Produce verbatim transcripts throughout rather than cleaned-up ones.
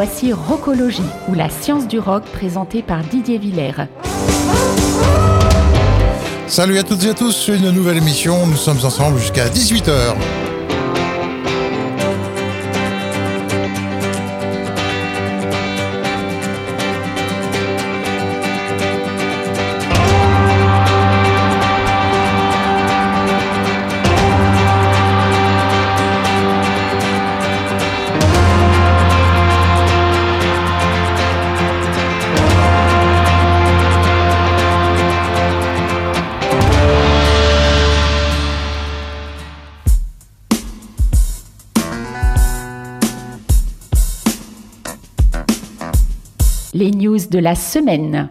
Voici Rockologie, ou la science du rock, présentée par Didier Villers. Salut à toutes et à tous, une nouvelle émission, nous sommes ensemble jusqu'à dix-huit heures. Les news de la semaine.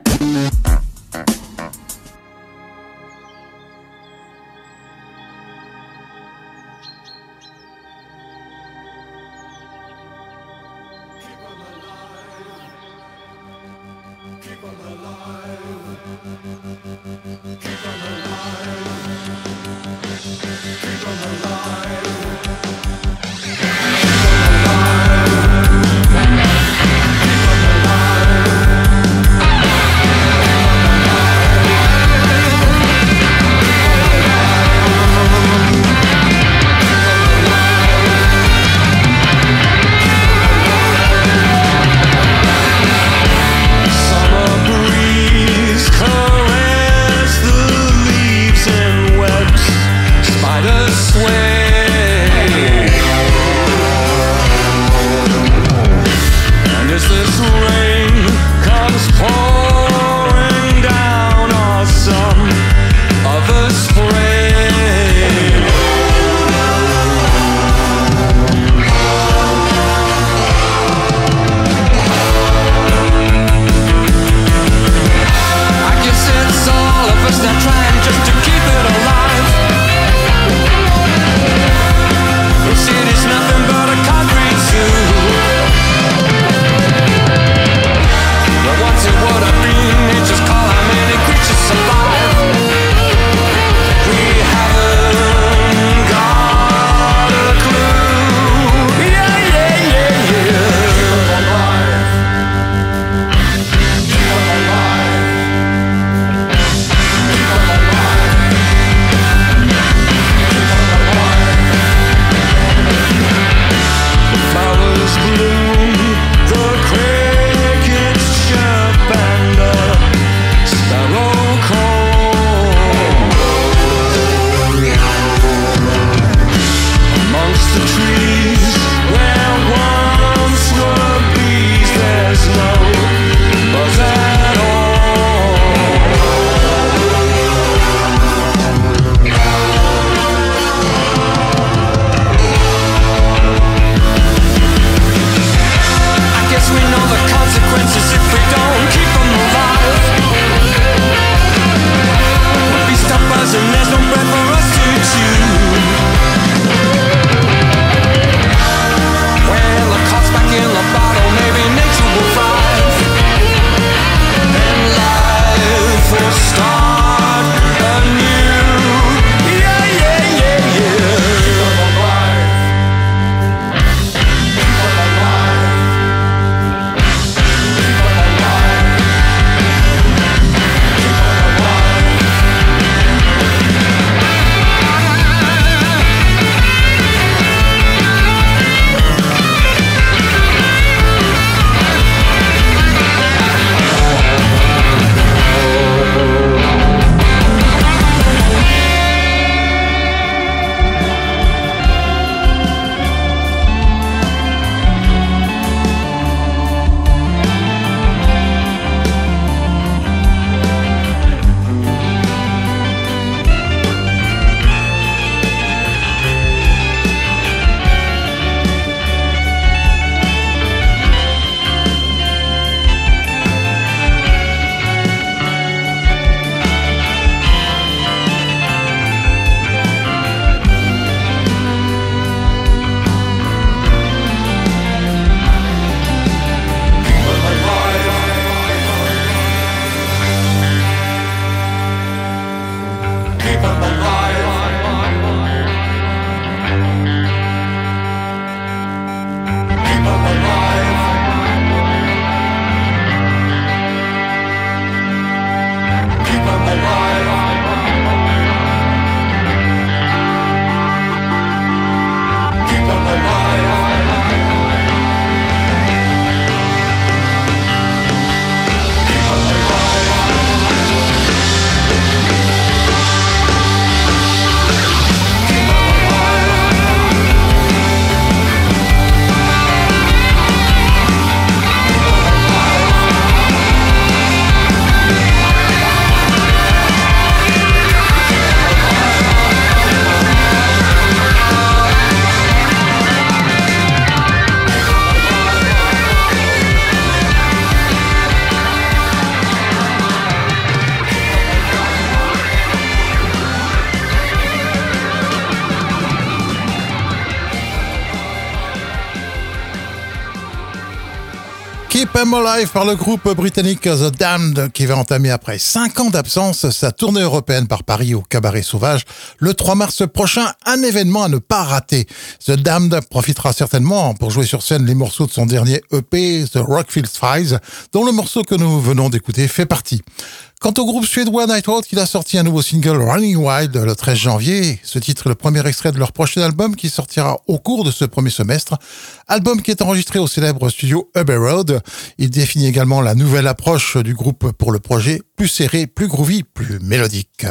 Keep 'Em Alive par le groupe britannique The Damned qui va entamer après cinq ans d'absence sa tournée européenne par Paris au Cabaret Sauvage le trois mars prochain, un événement à ne pas rater. The Damned profitera certainement pour jouer sur scène les morceaux de son dernier E P The Rockfield Files, dont le morceau que nous venons d'écouter fait partie. Quant au groupe suédois Nighthold, il a sorti un nouveau single Running Wild le treize janvier. Ce titre est le premier extrait de leur prochain album qui sortira au cours de ce premier semestre. Album qui est enregistré au célèbre studio Abbey Road. Il définit également la nouvelle approche du groupe pour le projet, plus serré, plus groovy, plus mélodique.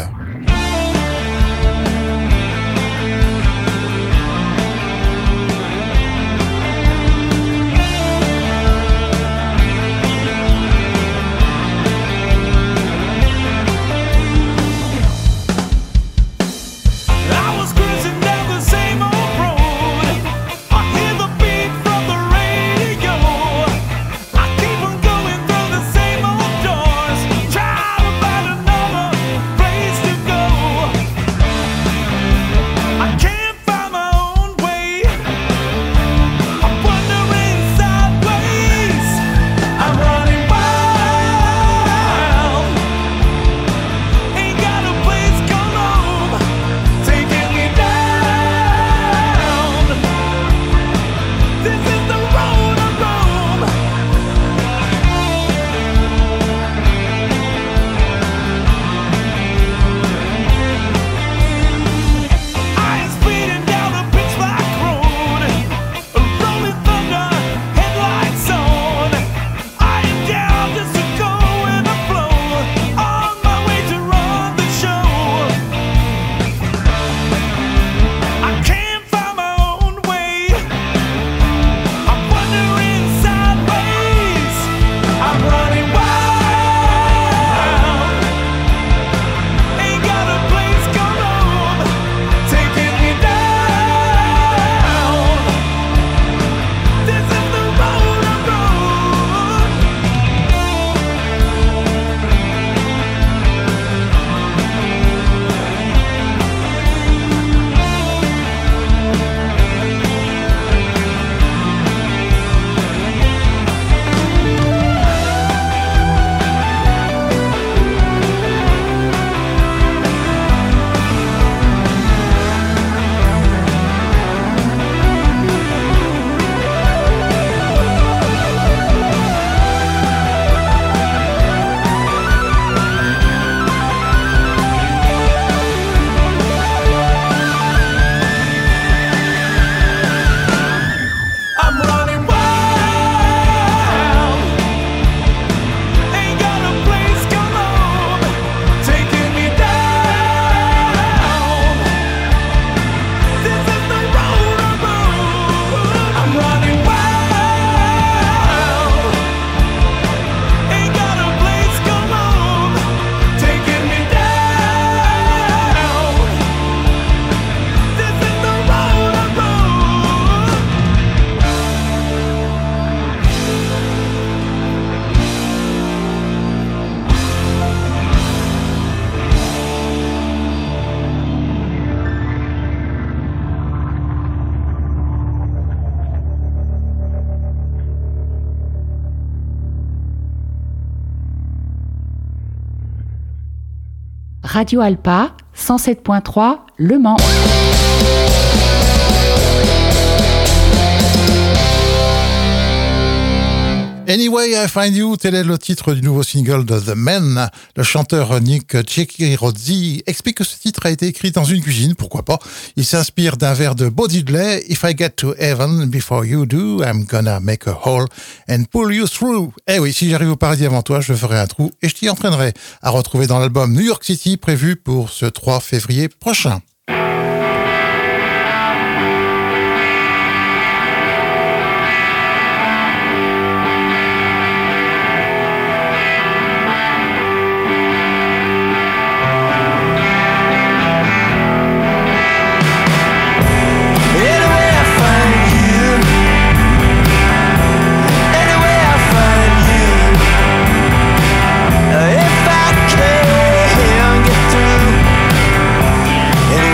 Radio Alpa, cent sept point trois, Le Mans. Anyway, I Find You, tel est le titre du nouveau single de The Men. Le chanteur Nick Cecchirozzi explique que ce titre a été écrit dans une cuisine, pourquoi pas. Il s'inspire d'un vers de Bo Diddley. If I get to heaven before you do, I'm gonna make a hole and pull you through. Eh oui, si j'arrive au paradis avant toi, je ferai un trou et je t'y entraînerai. À retrouver dans l'album New York City, prévu pour ce trois février prochain. If I can get through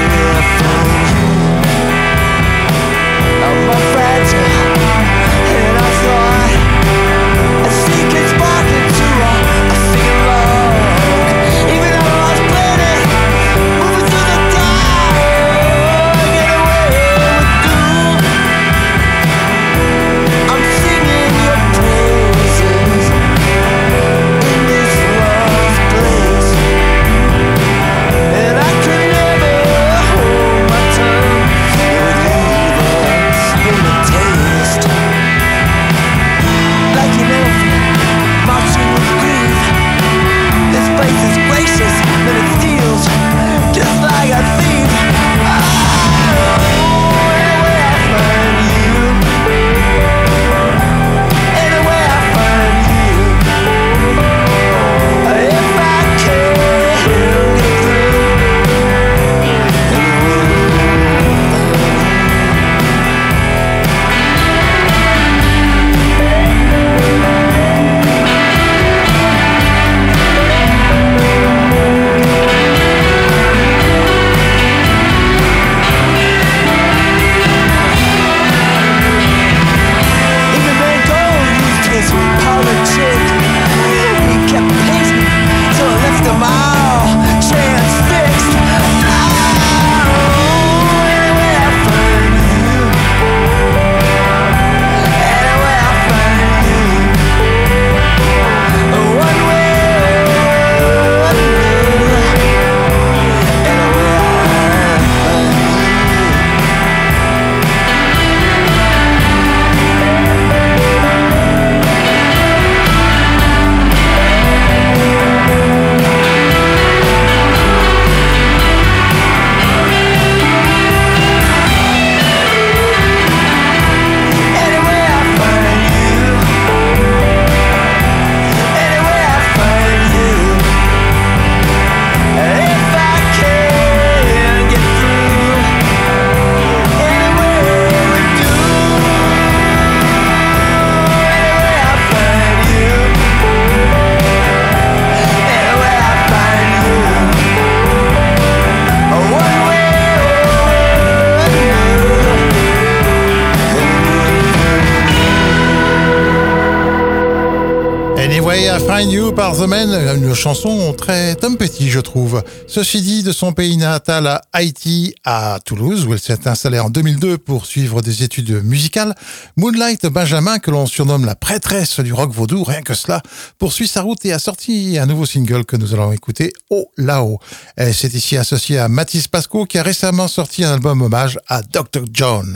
par The Men, une chanson très Tom Petty, je trouve. Ceci dit, de son pays natal à Haïti, à Toulouse, où elle s'est installée en deux mille deux pour suivre des études musicales, Moonlight Benjamin, que l'on surnomme la prêtresse du rock vaudou, rien que cela, poursuit sa route et a sorti un nouveau single que nous allons écouter, Oh là-haut. Elle s'est ici associée à Mathis Pasco, qui a récemment sorti un album hommage à docteur John.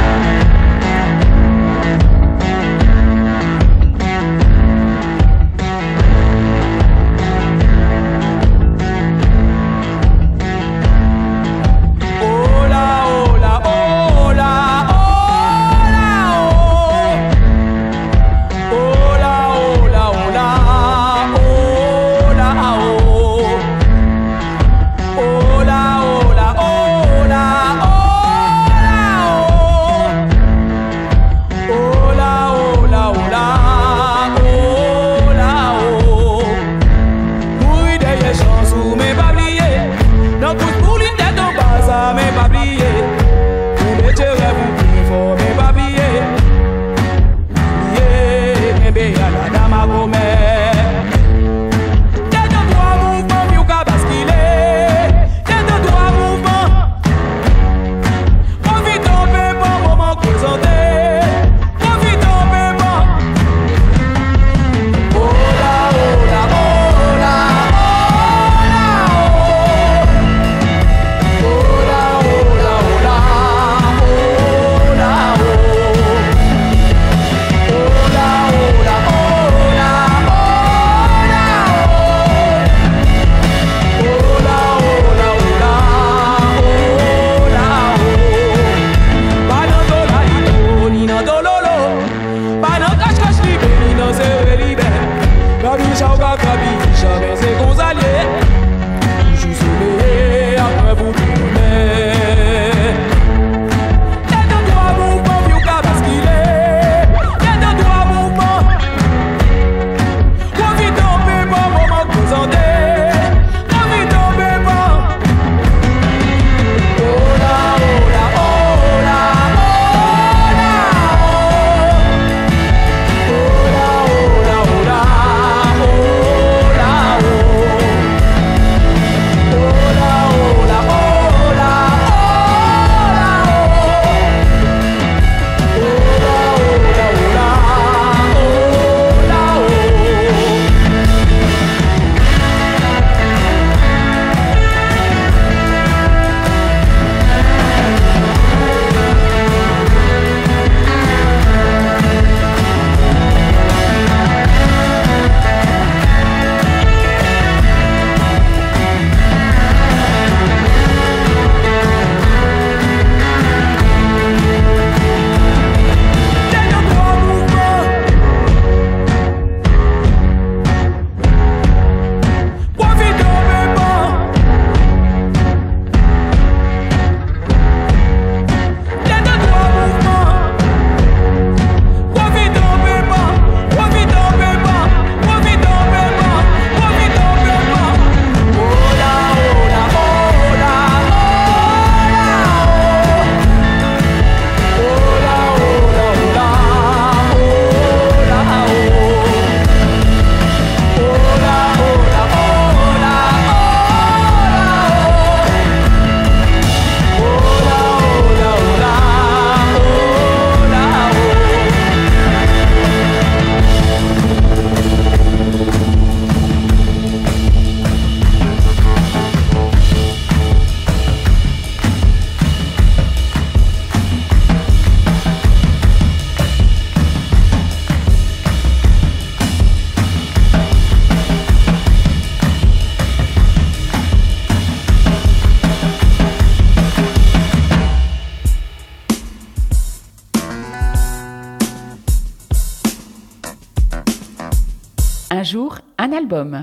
Un jour, un album.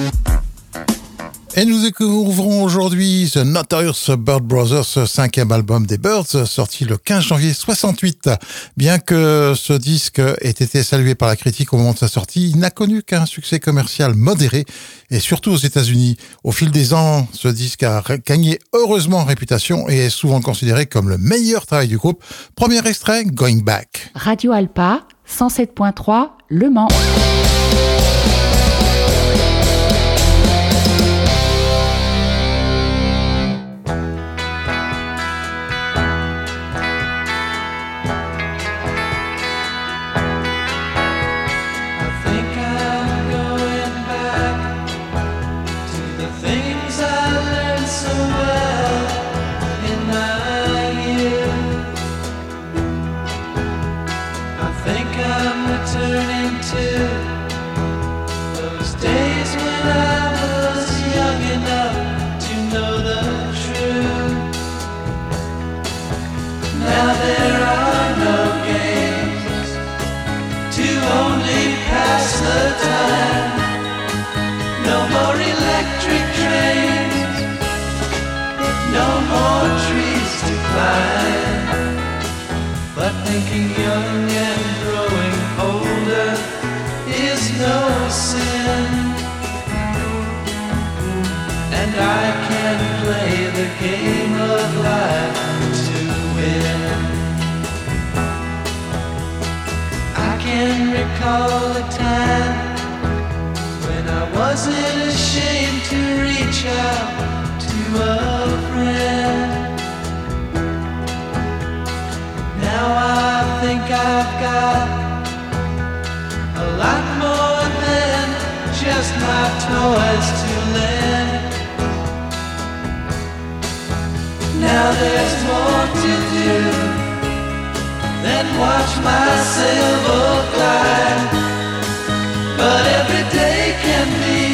Et nous découvrons aujourd'hui The Notorious Bird Brothers, cinquième album des Birds, sorti le quinze janvier soixante-huit. Bien que ce disque ait été salué par la critique au moment de sa sortie, il n'a connu qu'un succès commercial modéré, et surtout aux États-Unis. Au fil des ans, ce disque a gagné heureusement réputation et est souvent considéré comme le meilleur travail du groupe. Premier extrait, Going Back. Radio Alpa, cent sept point trois, Le Mans. more trees to climb, but thinking young and growing older is no sin. And I can play the game of life to win. I can recall a time when I wasn't ashamed to reach out to a friend. Now I think I've got a lot more than just my toys to lend. Now there's more to do than watch my sailboat glide. But every day can be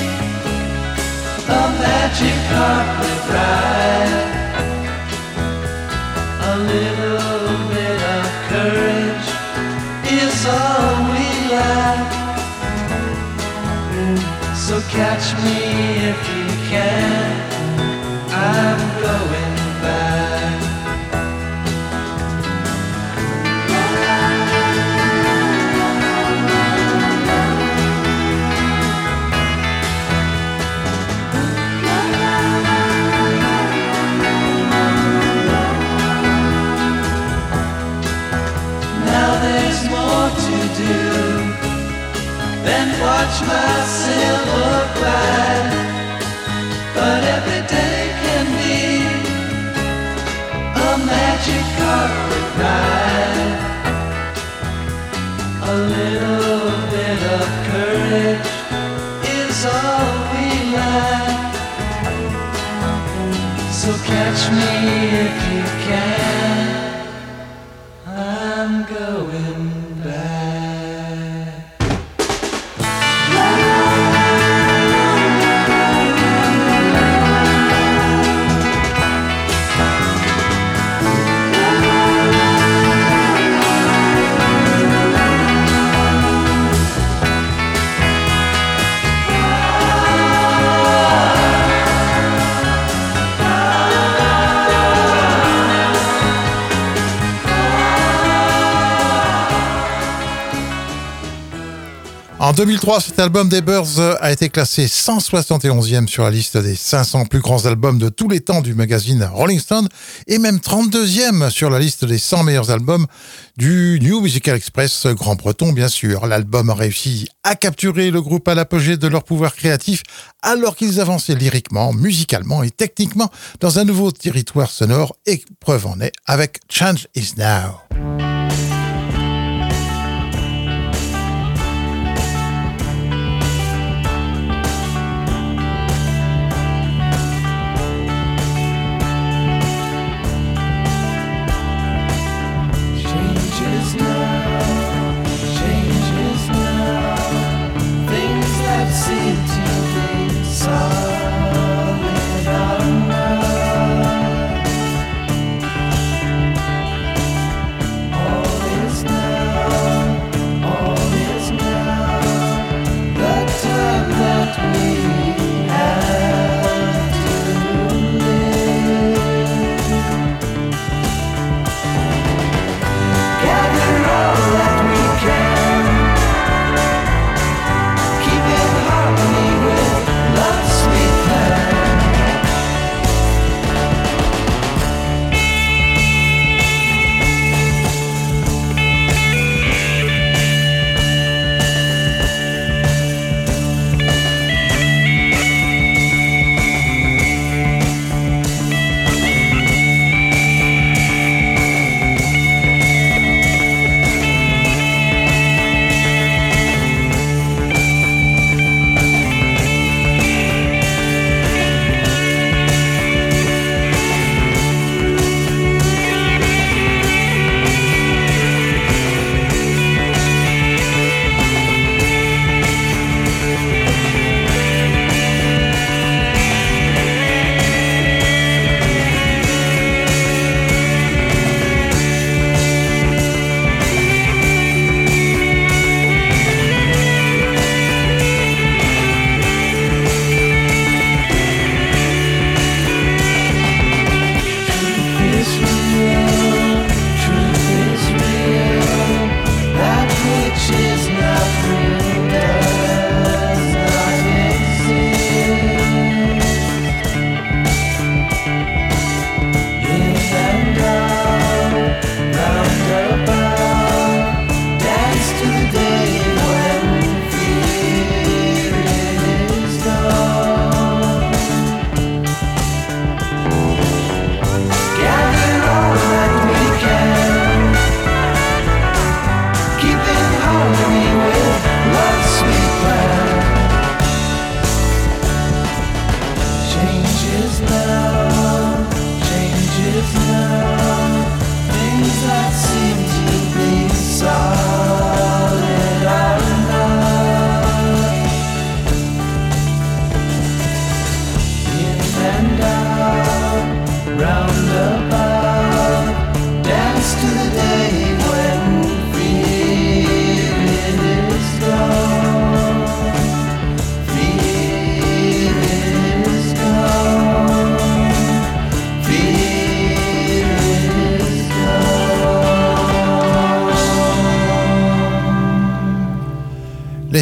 a magic carpet ride. A little bit of courage is all we lack. So catch me if you can, I'm going back. Now there's more to do than watch my sailboat glide. But every day can be a magic carpet ride. A little bit of courage is all we lack. So catch me if you can, I'm going back. En deux mille trois, cet album des Byrds a été classé cent soixante et onzième sur la liste des cinq cents plus grands albums de tous les temps du magazine Rolling Stone et même trente-deuxième sur la liste des cent meilleurs albums du New Musical Express Grand Breton, bien sûr. L'album a réussi à capturer le groupe à l'apogée de leur pouvoir créatif alors qu'ils avançaient lyriquement, musicalement et techniquement dans un nouveau territoire sonore, et preuve en est avec Change Is Now. All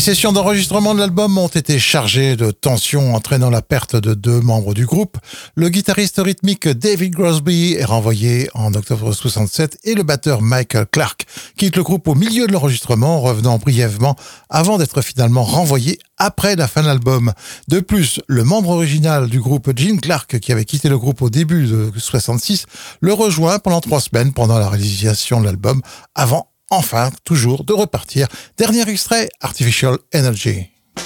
Les sessions d'enregistrement de l'album ont été chargées de tensions entraînant la perte de deux membres du groupe. Le guitariste rythmique David Crosby est renvoyé en octobre soixante-sept et le batteur Michael Clarke quitte le groupe au milieu de l'enregistrement, revenant brièvement avant d'être finalement renvoyé après la fin de l'album. De plus, le membre original du groupe, Jim Clark, qui avait quitté le groupe au début de soixante-six, le rejoint pendant trois semaines pendant la réalisation de l'album, avant enfin, toujours, de repartir. Dernier extrait, Artificial Energy.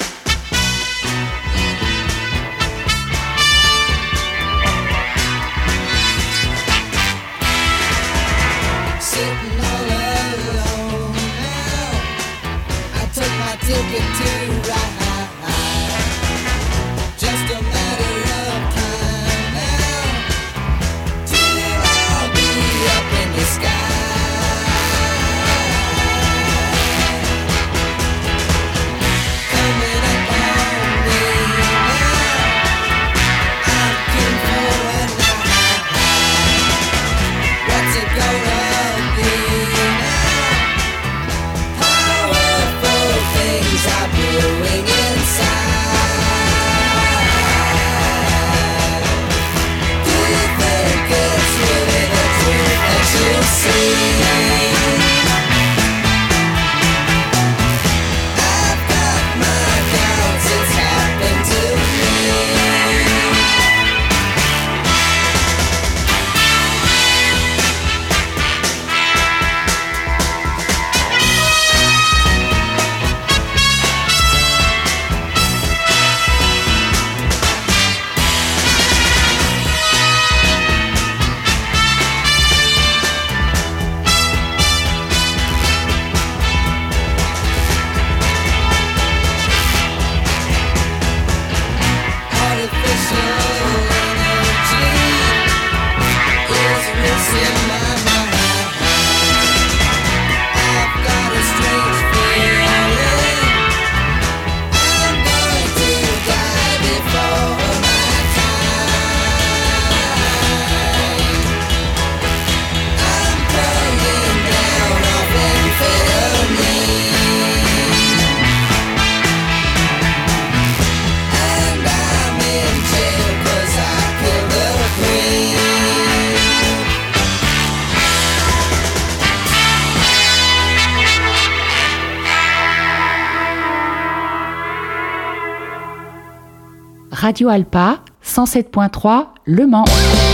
Radio Alpa, cent sept point trois, Le Mans.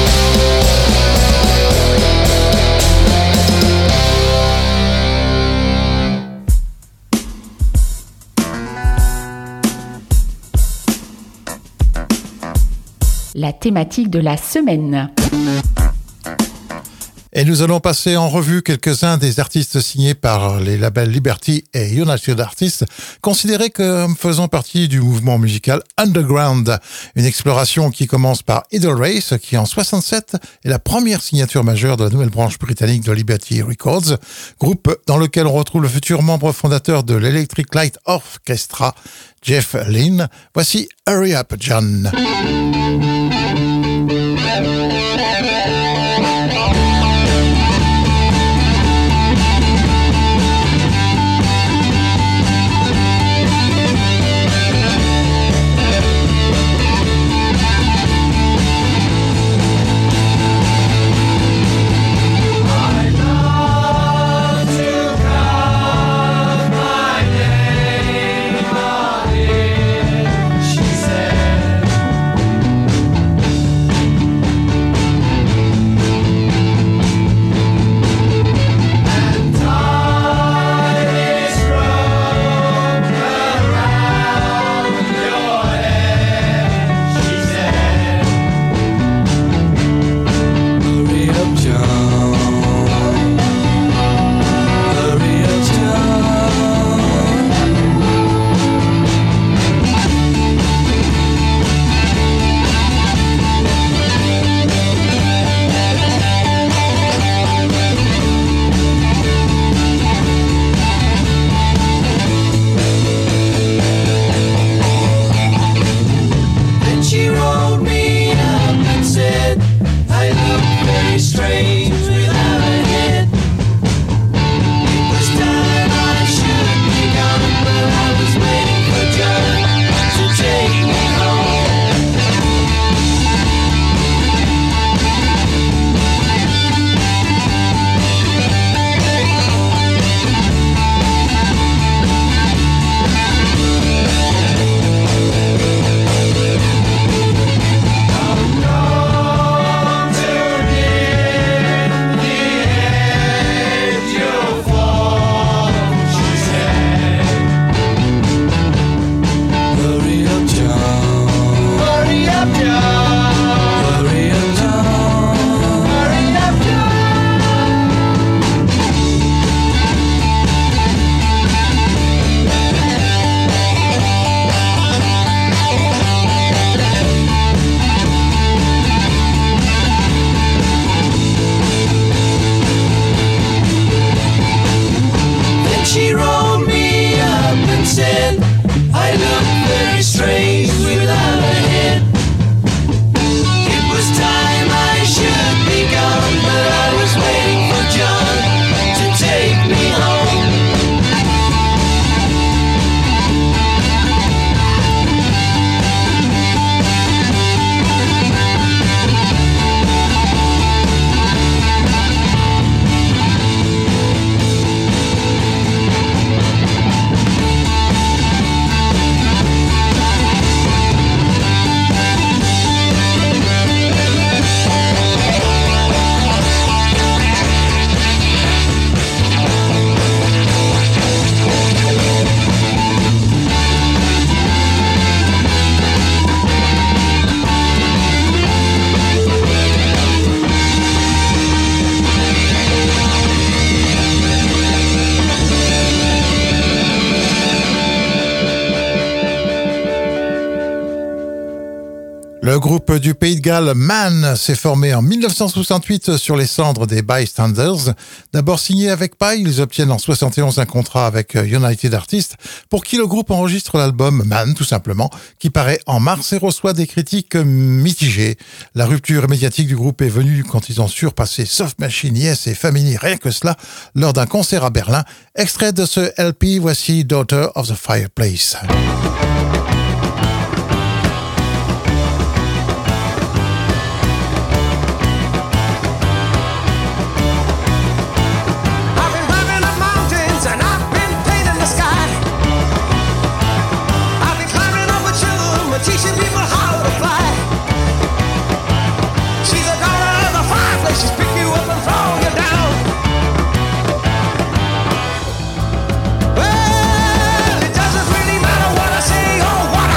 La thématique de la semaine. Et nous allons passer en revue quelques-uns des artistes signés par les labels Liberty et United Artists, considérés comme faisant partie du mouvement musical underground. Une exploration qui commence par Idle Race, qui en soixante-sept est la première signature majeure de la nouvelle branche britannique de Liberty Records, groupe dans lequel on retrouve le futur membre fondateur de l'Electric Light Orchestra, Jeff Lynne. Voici Hurry Up John. She said Le groupe du Pays de Galles, Man, s'est formé en dix-neuf cent soixante-huit sur les cendres des Bystanders. D'abord signé avec Pye, ils obtiennent en soixante et onze un contrat avec United Artists, pour qui le groupe enregistre l'album Man, tout simplement, qui paraît en mars et reçoit des critiques mitigées. La rupture médiatique du groupe est venue quand ils ont surpassé Soft Machine, Yes et Family, rien que cela, lors d'un concert à Berlin. Extrait de ce L P, voici Daughter of the Fireplace. Teaching people how to fly. She's a daughter of the fireplace. She's pick you up and throw you down. Well, it doesn't really matter what I say or what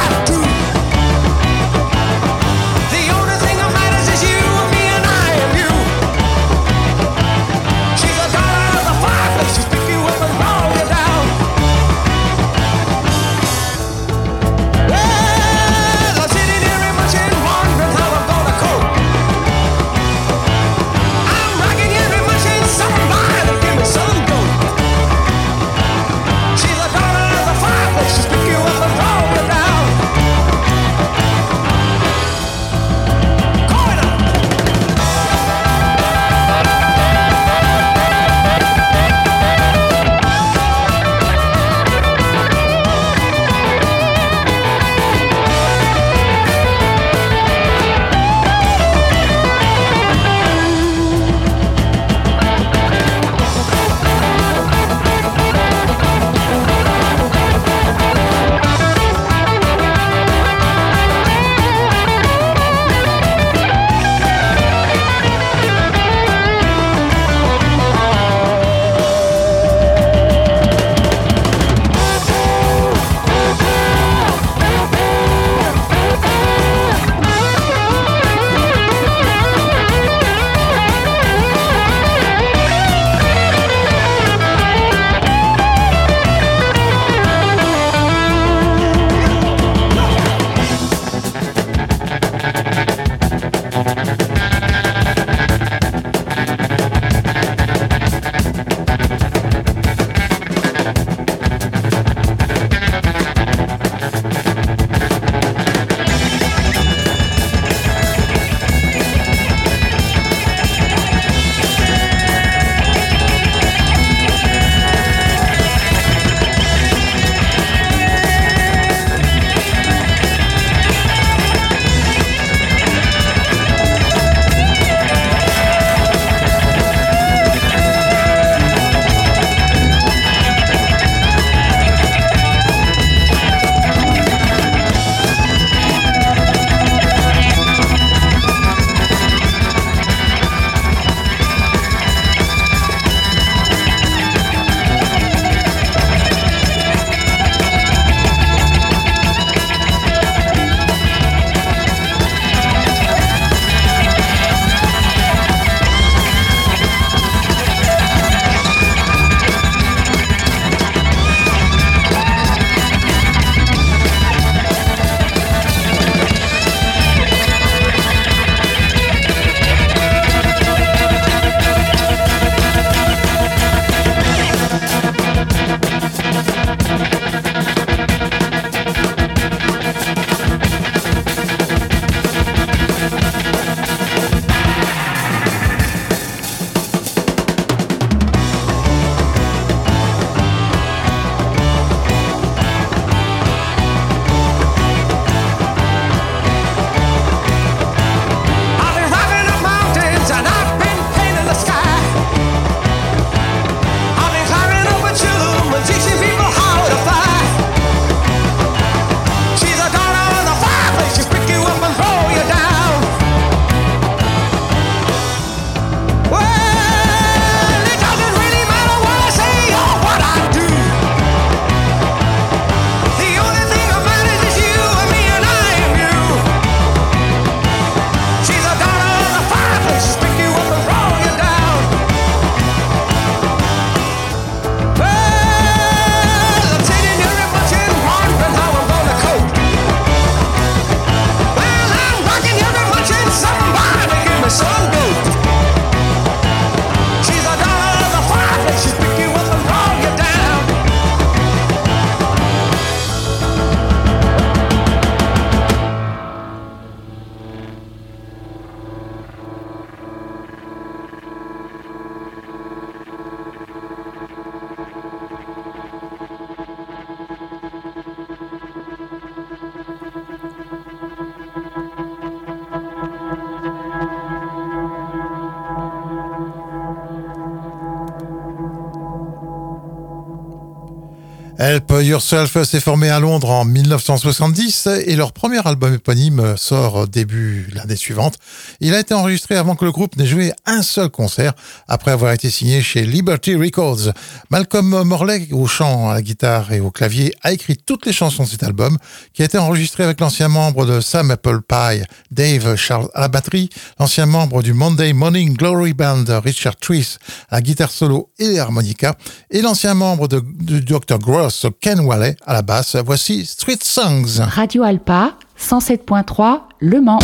Help Yourself s'est formé à Londres en mille neuf cent soixante-dix et leur premier album éponyme sort début l'année suivante. Il a été enregistré avant que le groupe n'ait joué un seul concert, après avoir été signé chez Liberty Records. Malcolm Morley, au chant, à la guitare et au clavier, a écrit toutes les chansons de cet album, qui a été enregistré avec l'ancien membre de Sam Apple Pie, Dave Charles à la batterie, l'ancien membre du Monday Morning Glory Band, Richard Treese, à la guitare solo et les harmonicas, et l'ancien membre de, de docteur Gross, Ken Whaley à la basse. Voici Street Songs. Radio Alpa, cent sept point trois, Le Mans.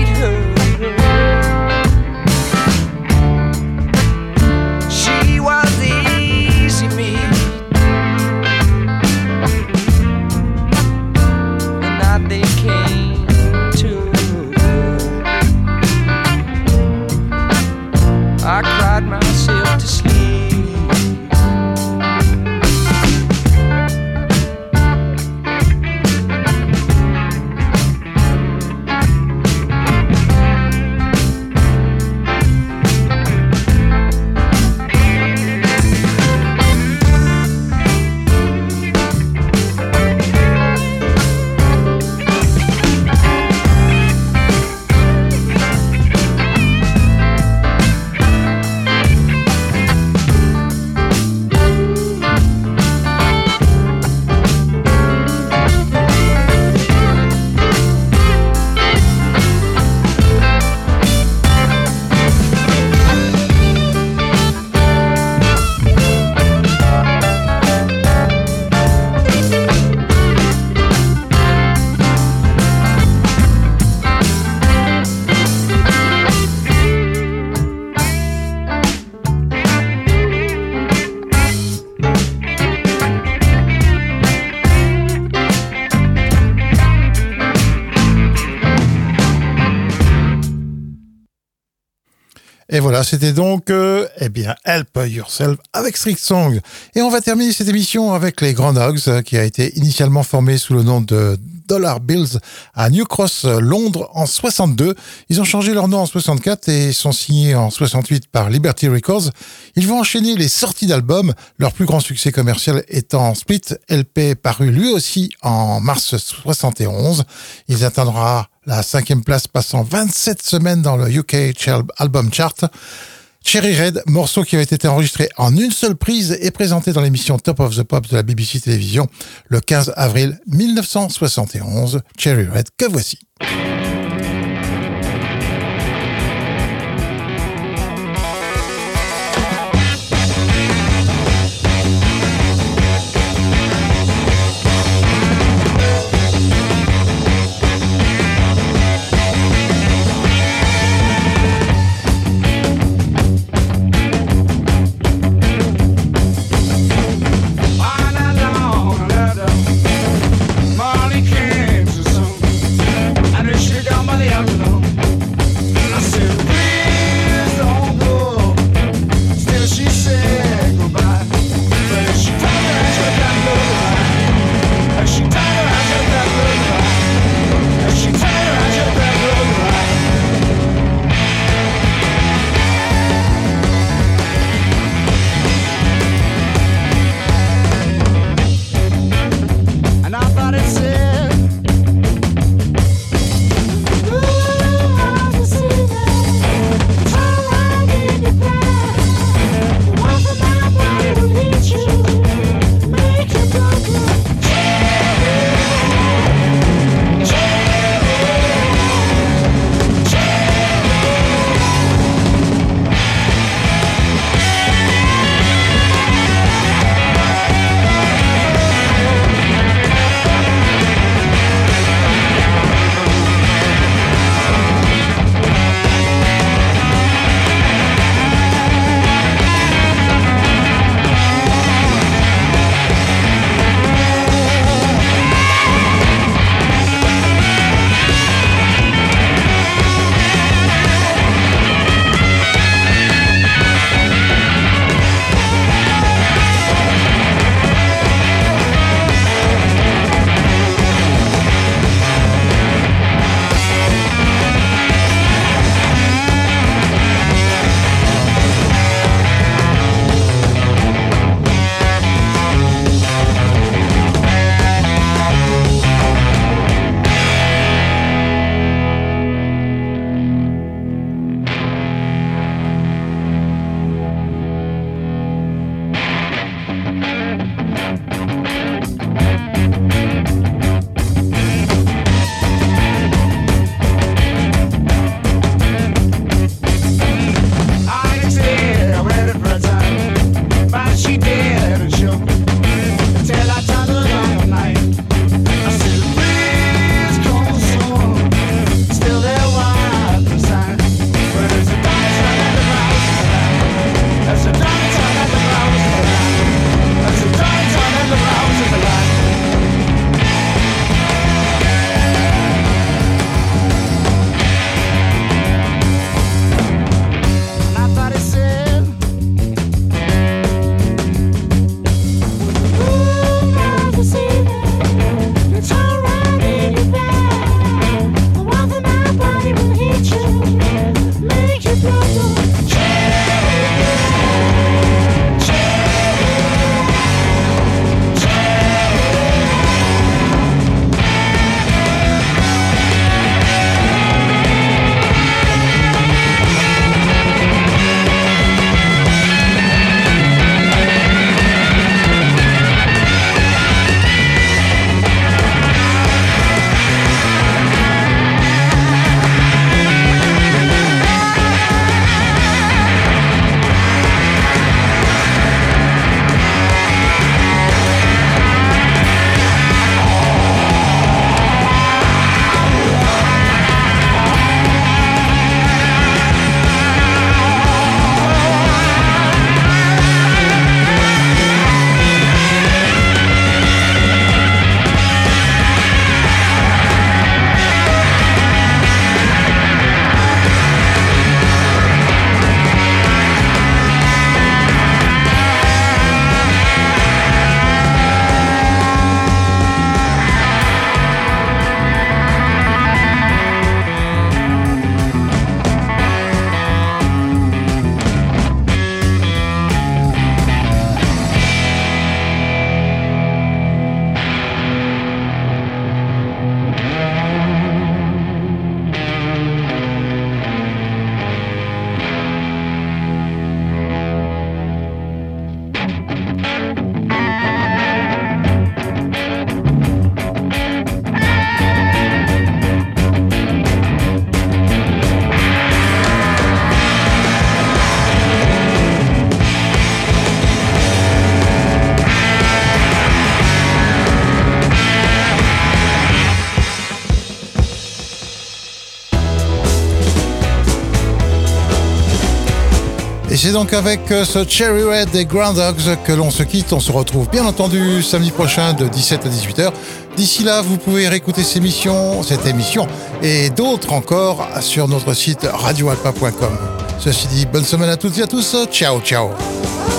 She was Et voilà, c'était donc, euh, eh bien, Help Yourself avec Strict Song. Et on va terminer cette émission avec les Grand Hogs, qui a été initialement formé sous le nom de Dollar Bills à New Cross, Londres, en soixante-deux. Ils ont changé leur nom en soixante-quatre et sont signés en soixante-huit par Liberty Records. Ils vont enchaîner les sorties d'albums, leur plus grand succès commercial étant Split, L P paru lui aussi en mars soixante et onze. Il atteindra la cinquième place, passant vingt-sept semaines dans le U K Album Chart. Cherry Red, morceau qui avait été enregistré en une seule prise et présenté dans l'émission Top of the Pops de la B B C Télévision le quinze avril mille neuf cent soixante et onze. Cherry Red, que voici. Molly came to some, and she got c'est donc avec ce Cherry Red des Groundhogs que l'on se quitte. On se retrouve bien entendu samedi prochain de dix-sept à dix-huit heures. D'ici là, vous pouvez réécouter ces émissions, cette émission et d'autres encore sur notre site radio alpa point com. Ceci dit, bonne semaine à toutes et à tous. Ciao, ciao.